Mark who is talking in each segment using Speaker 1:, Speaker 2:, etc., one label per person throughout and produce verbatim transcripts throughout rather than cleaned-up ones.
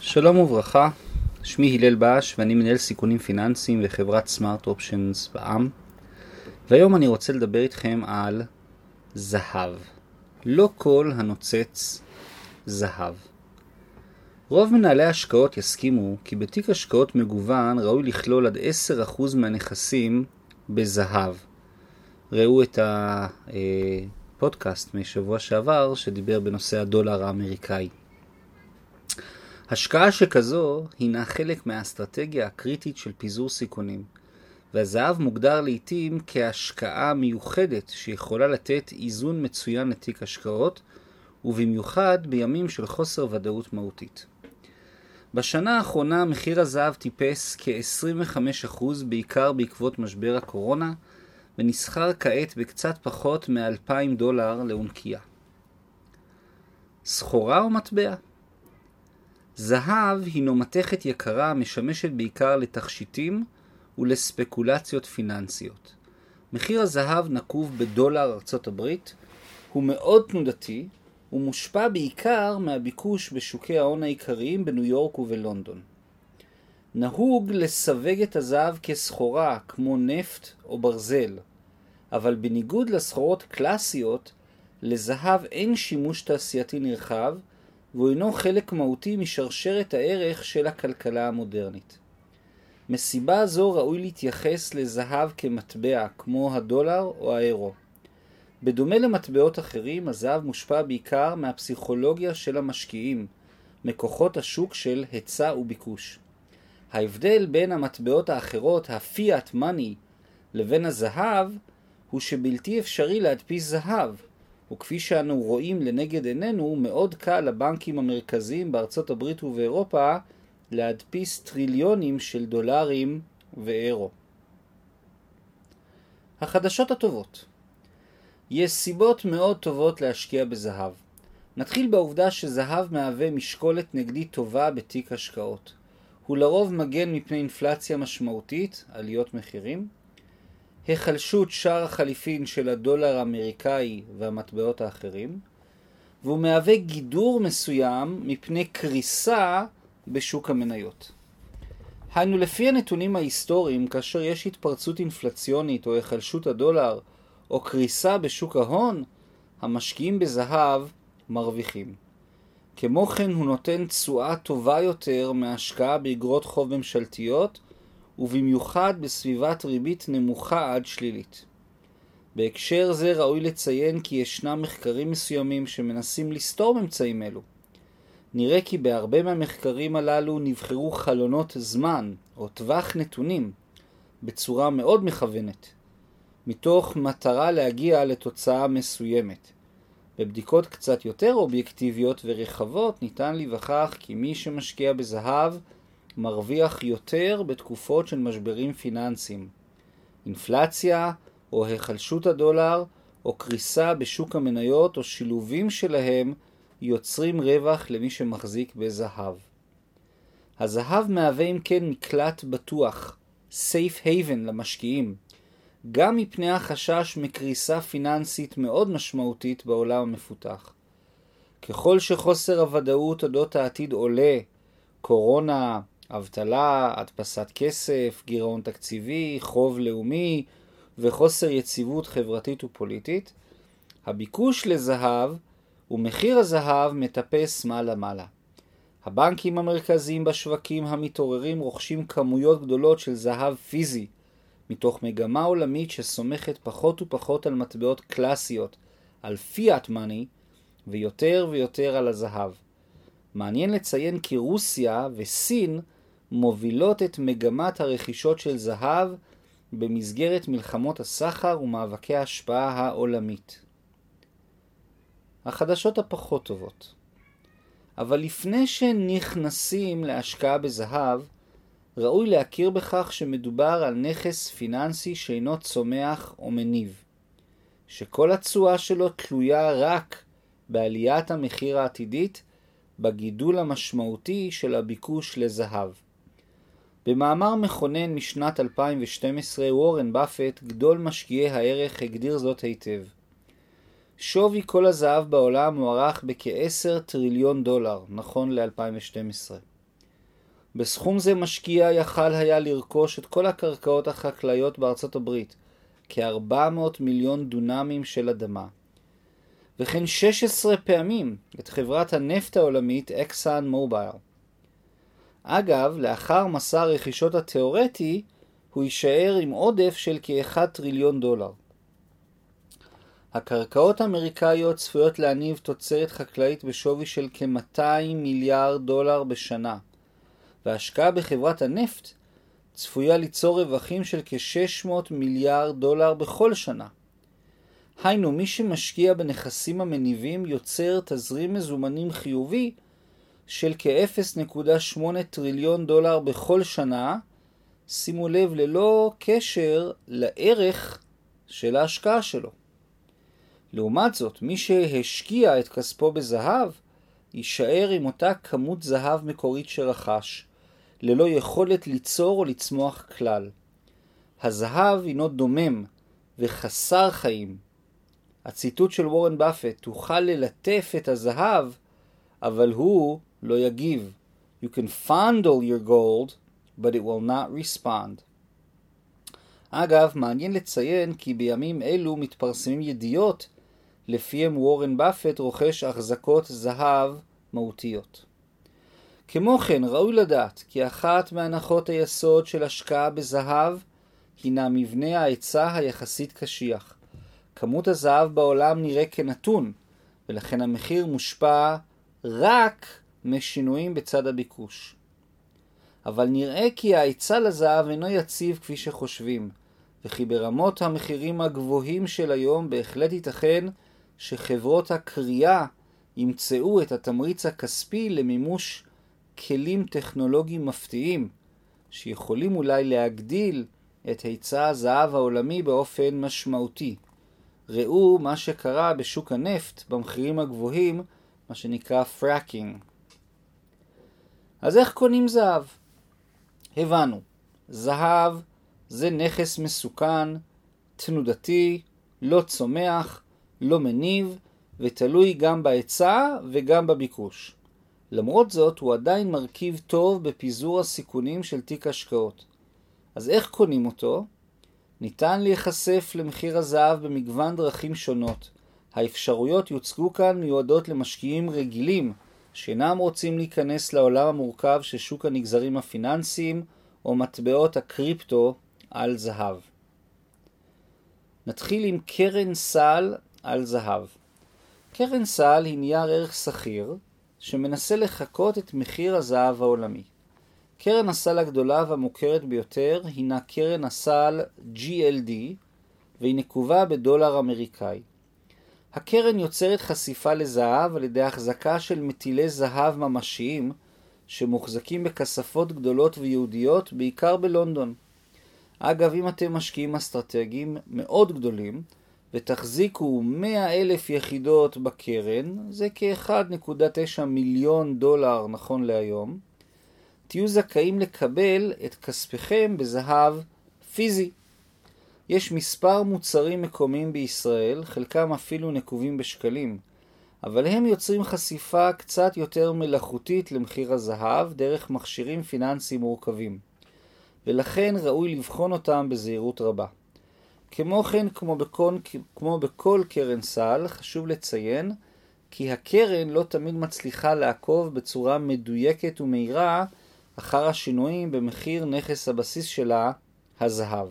Speaker 1: שלום וברכה, שמי הלל בש ואני מנהל סיכונים פיננסיים וחברת סמארט אופשנס בע"מ, והיום אני רוצה לדבר איתכם על זהב. לא כל הנוצץ זהב. רוב מנהלי השקעות יסכימו כי בתיק השקעות מגוון ראוי לכלול עד עשרה אחוז מהנכסים בזהב. ראו את הפודקאסט משבוע שעבר שדיבר בנושא הדולר האמריקאי. השקעה שכזו הינה חלק מהאסטרטגיה הקריטית של פיזור סיכונים, והזהב מוגדר לעתים כהשקעה מיוחדת שיכולה לתת איזון מצוין לתיק השקעות, ובמיוחד בימים של חוסר ודאות מהותית. בשנה האחרונה מחיר הזהב טיפס כ-עשרים וחמישה אחוז בעיקר בעקבות משבר הקורונה, ונסחר כעת בקצת פחות מ-אלפיים דולר לאונקיה. סחורה או מטבע? זהב הינו מתכת יקרה המשמשת בעיקר לתכשיטים ולספקולציות פיננסיות. מחיר הזהב נקוב בדולר ארצות הברית, הוא מאוד תנודתי ומושפע בעיקר מהביקוש בשוקי ההון העיקריים בניו יורק ובלונדון. נהוג לסווג את הזהב כסחורה כמו נפט או ברזל, אבל בניגוד לסחורות קלאסיות, לזהב אין שימוש תעשייתי נרחב, והוא אינו חלק מהותי משרשרת הערך של הכלכלה המודרנית. מסיבה זו ראוי להתייחס לזהב כמטבע כמו הדולר או האירו. בדומה למטבעות אחרים, הזהב מושפע בעיקר מהפסיכולוגיה של המשקיעים, מכוחות השוק של היצע וביקוש. ההבדל בין המטבעות האחרות, הפיאט מאני, לבין הזהב, הוא שבלתי אפשרי להדפיס זהב, וכפי שאנו רואים לנגד עינינו, מאוד קל לבנקים המרכזיים בארצות הברית ובאירופה להדפיס טריליונים של דולרים ואירו. החדשות הטובות. יש סיבות מאוד טובות להשקיע בזהב. נתחיל בעובדה שזהב מהווה משקולת נגדית טובה בתיק השקעות. הוא לרוב מגן מפני אינפלציה משמעותית, עליות מחירים, החלשות שער החליפין של הדולר האמריקאי והמטבעות האחרים, והוא מהווה גידור מסוים מפני קריסה בשוק המניות. היינו לפי הנתונים ההיסטוריים, כאשר יש התפרצות אינפלציונית או החלשות הדולר או קריסה בשוק ההון, המשקיעים בזהב מרוויחים. כמו כן הוא נותן תשואה טובה יותר מהשקעה באגרות חוב ממשלתיות, ובמיוחד בסביבת ריבית נמוכה עד שלילית. בהקשר זה ראוי לציין כי ישנם מחקרים מסוימים שמנסים לסתור ממצאים אלו. נראה כי בהרבה מהמחקרים הללו נבחרו חלונות זמן או טווח נתונים בצורה מאוד מכוונת, מתוך מטרה להגיע לתוצאה מסוימת. בבדיקות קצת יותר אובייקטיביות ורחבות ניתן להיווכח כי מי שמשקיע בזהב מרוויח יותר בתקופות של משברים פיננסיים. אינפלציה או החלשות הדולר או קריסה בשוק המניות או שילובים שלהם יוצרים רווח למי שמחזיק בזהב. הזהב מהווה אם כן מקלט בטוח, safe haven למשקיעים, גם מפני החשש מקריסה פיננסית מאוד משמעותית בעולם המפותח. ככל שחוסר הוודאות אודות העתיד עולה, קורונה, אבטלה, הדפסת כסף, גירעון תקציבי, חוב לאומי וחוסר יציבות חברתית ופוליטית, הביקוש לזהב ומחיר הזהב מטפס מעלה-מעלה. הבנקים המרכזיים בשווקים המתעוררים רוכשים כמויות גדולות של זהב פיזי, מתוך מגמה עולמית שסומכת פחות ופחות על מטבעות קלאסיות, על פיאט מאני, ויותר ויותר על הזהב. מעניין לציין כי רוסיה וסין מובילות את מגמת הרכישות של זהב במסגרת מלחמות הסחר ומאבקי ההשפעה העולמית. החדשות הפחות טובות. אבל לפני שנכנסים להשקעה בזהב, ראוי להכיר בכך שמדובר על נכס פיננסי שאינו צומח או מניב, שכל התשואה שלו תלויה רק בעליית המחיר העתידית, בגידול המשמעותי של הביקוש לזהב. במאמר מכונן משנת אלפיים ושתים עשרה, וורן באפט, גדול משקיעי הערך, הגדיר זאת היטב. שווי כל הזהב בעולם מוערך בכ-עשרה טריליון דולר, נכון ל-אלפיים ושתים עשרה. בסכום זה משקיע יכל היה לרכוש את כל הקרקעות החקלאיות בארצות הברית, כ-ארבע מאות מיליון דונמים של אדמה, וכן שש עשרה פעמים את חברת הנפט העולמית אקסן מובייל. אגב, לאחר מסע הרכישות התיאורטי, הוא יישאר עם עודף של כ-אחד טריליון דולר. הקרקעות האמריקאיות צפויות להניב תוצרת חקלאית בשווי של כ-מאתיים מיליארד דולר בשנה, וההשקעה בחברת הנפט צפויה ליצור רווחים של כ-שש מאות מיליארד דולר בכל שנה. היינו, מי שמשקיע בנכסים המניבים יוצר תזרים מזומנים חיובי של כ-אפס נקודה שמונה טריליון דולר בכל שנה, שימו לב, ללא קשר לערך של ההשקעה שלו. לעומת זאת, מי שהשקיע את כספו בזהב, יישאר עם אותה כמות זהב מקורית שרכש, ללא יכולת ליצור או לצמוח כלל. הזהב הינו דומם וחסר חיים. הציטוט של וורן באפט, תוכל ללטף את הזהב, אבל הוא לא יגיב. You can fondle your gold, but it will not respond. אגב, מעניין לציין כי בימים אלו מתפרסמים ידיעות לפיהם וורן באפט רוכש החזקות זהב מהותיות. כמו כן, ראוי לדעת כי אחת מהנחות היסוד של השקעה בזהב הינה מבנה ההיצע היחסית קשיח. כמות הזהב בעולם נראה כנתון, ולכן המחיר מושפע רק משינויים בצד הביקוש. אבל נראה כי ההיצע לזהב אינו יציב כפי שחושבים, וכי ברמות המחירים הגבוהים של היום בהחלט ייתכן שחברות הקריאה ימצאו את התמריץ הכספי למימוש כלים טכנולוגיים מפתיעים, שיכולים אולי להגדיל את היצע הזהב העולמי באופן משמעותי. ראו מה שקרה בשוק הנפט במחירים הגבוהים, מה שנקרא פרקינג. אז איך קונים זהב? הבנו, זהב זה נכס מסוכן, תנודתי, לא צומח, לא מניב, ותלוי גם בהיצע וגם בביקוש. למרות זאת, הוא עדיין מרכיב טוב בפיזור הסיכונים של תיק השקעות. אז איך קונים אותו? ניתן להיחשף למחיר הזהב במגוון דרכים שונות. האפשרויות יוצגו כאן מיועדות למשקיעים רגילים, שאינם רוצים להיכנס לעולם המורכב של שוק הנגזרים הפיננסיים או מטבעות הקריפטו על זהב. נתחיל עם קרן סל על זהב. קרן סל היא נייר ערך סחיר שמנסה לחקות את מחיר הזהב העולמי. קרן הסל הגדולה והמוכרת ביותר הינה קרן הסל ג'י אל די, והיא נקובה בדולר אמריקאי. הקרן יוצרת חשיפה לזהב על ידי החזקה של מטילי זהב ממשיים שמוחזקים בכספות גדולות ויהודיות, בעיקר בלונדון. אגב, אם אתם משקיעים אסטרטגיים מאוד גדולים ותחזיקו מאה אלף יחידות בקרן, זה כ-אחד נקודה תשע מיליון דולר נכון להיום, תהיו זכאים לקבל את כספיכם בזהב פיזי. יש מספר מוצרים מקומיים בישראל, חלקם אפילו נקובים בשקלים, אבל הם יוצרים חשיפה קצת יותר מלאכותית למחיר הזהב דרך מכשירים פיננסיים מורכבים, ולכן ראוי לבחון אותם בזהירות רבה. כמו כן, כמו בכל, כמו בכל קרן סל, חשוב לציין כי הקרן לא תמיד מצליחה לעקוב בצורה מדויקת ומהירה אחר השינויים במחיר נכס הבסיס שלה, הזהב.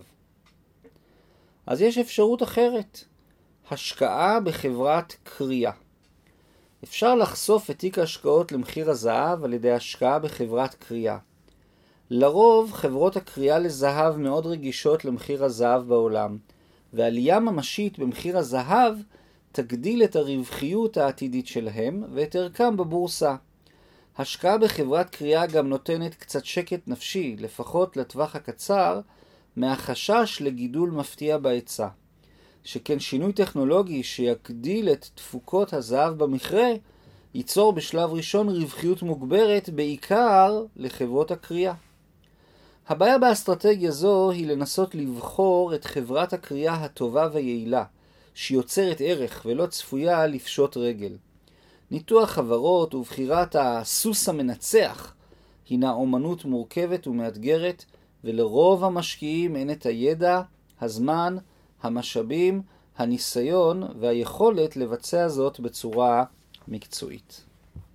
Speaker 1: אז יש אפשרות אחרת, השקעה בחברת קריאה. אפשר לחשוף את תיק ההשקעות למחיר הזהב על ידי השקעה בחברת קריאה. לרוב חברות הקריאה לזהב מאוד רגישות למחיר הזהב בעולם, ועלייה ממשית במחיר הזהב תגדיל את הרווחיות העתידית שלהם ואת ערכם בבורסה. השקעה בחברת קריאה גם נותנת קצת שקט נפשי, לפחות לטווח הקצר, מהחשש לגידול מפתיע בהיצע. שכן שינוי טכנולוגי שיגדיל את תפוקות הזהב במכרה, ייצור בשלב ראשון רווחיות מוגברת בעיקר לחברות הקריאה. הבעיה באסטרטגיה זו היא לנסות לבחור את חברת הקריאה הטובה והיעילה, שיוצרת ערך ולא צפויה לפשוט רגל. ניתוח חברות ובחירת הסוס המנצח הינה אומנות מורכבת ומאתגרת, ולרוב המשקיעים אין את הידע, הזמן, המשאבים, הניסיון והיכולת לבצע זאת בצורה מקצועית.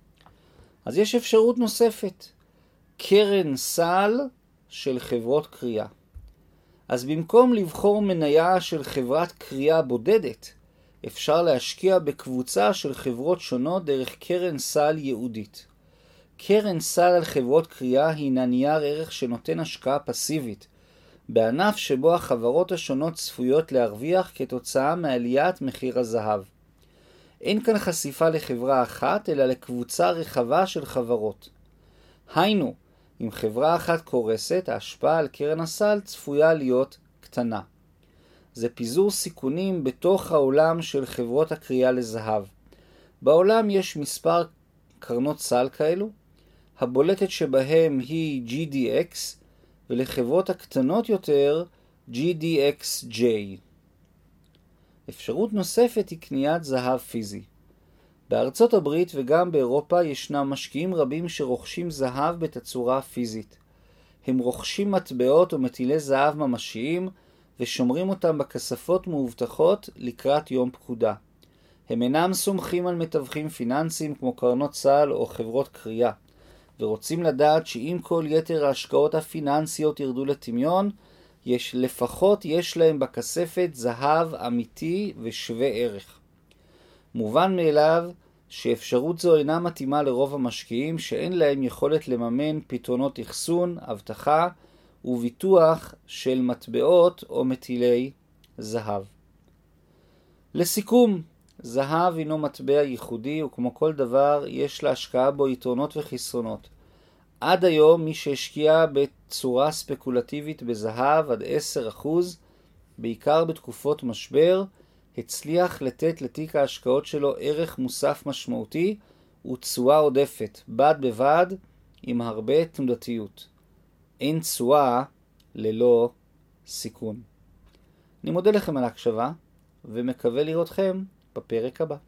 Speaker 1: אז יש אפשרות נוספת, קרן סל של חברות קריאה. אז במקום לבחור מניה של חברת קריאה בודדת, אפשר להשקיע בקבוצה של חברות שונות דרך קרן סל ייעודית. קרן סל על חברות קריאה הינה נייר ערך שנותן השקעה פסיבית, בענף שבו החברות השונות צפויות להרוויח כתוצאה מעליית מחיר הזהב. אין כאן חשיפה לחברה אחת, אלא לקבוצה רחבה של חברות. היינו, אם חברה אחת קורסת, ההשפעה על קרן הסל צפויה להיות קטנה. זה פיזור סיכונים בתוך העולם של חברות הקריאה לזהב. בעולם יש מספר קרנות סל כאלו, הבולטת שבהם היא ג'י די אקס, ולחברות הקטנות יותר ג'י די אקס ג'יי. אפשרות נוספת היא קניית זהב פיזי. בארצות הברית וגם באירופה ישנם משקיעים רבים שרוכשים זהב בתצורה פיזית. הם רוכשים מטבעות או מטילי זהב ממשיים ושומרים אותם בכספות מאובטחות לקראת יום פקודה. הם אינם סומכים על מתווכים פיננסיים כמו קרנות סל או חברות קריאה, ורוצים לדעת שאם כל יתר ההשקעות הפיננסיות ירדו לטמיון, יש, לפחות יש להם בכספת זהב אמיתי ושווה ערך. מובן מאליו שאפשרות זו אינה מתאימה לרוב המשקיעים שאין להם יכולת לממן פתרונות אחסון, הבטחה וביטוח של מטבעות או מטילי זהב. לסיכום, זהב הינו מטבע ייחודי וכמו כל דבר יש להשקעה בו יתרונות וחסרונות. עד היום מי שהשקיע בצורה ספקולטיבית בזהב עד עשרה אחוז, בעיקר בתקופות משבר, הצליח לתת לתיק ההשקעות שלו ערך מוסף משמעותי ותשואה עודפת, בד בבד עם הרבה תנודתיות. אין תשואה ללא סיכון. אני מודה לכם על ההקשבה ומקווה לראותכם בפרק הבא.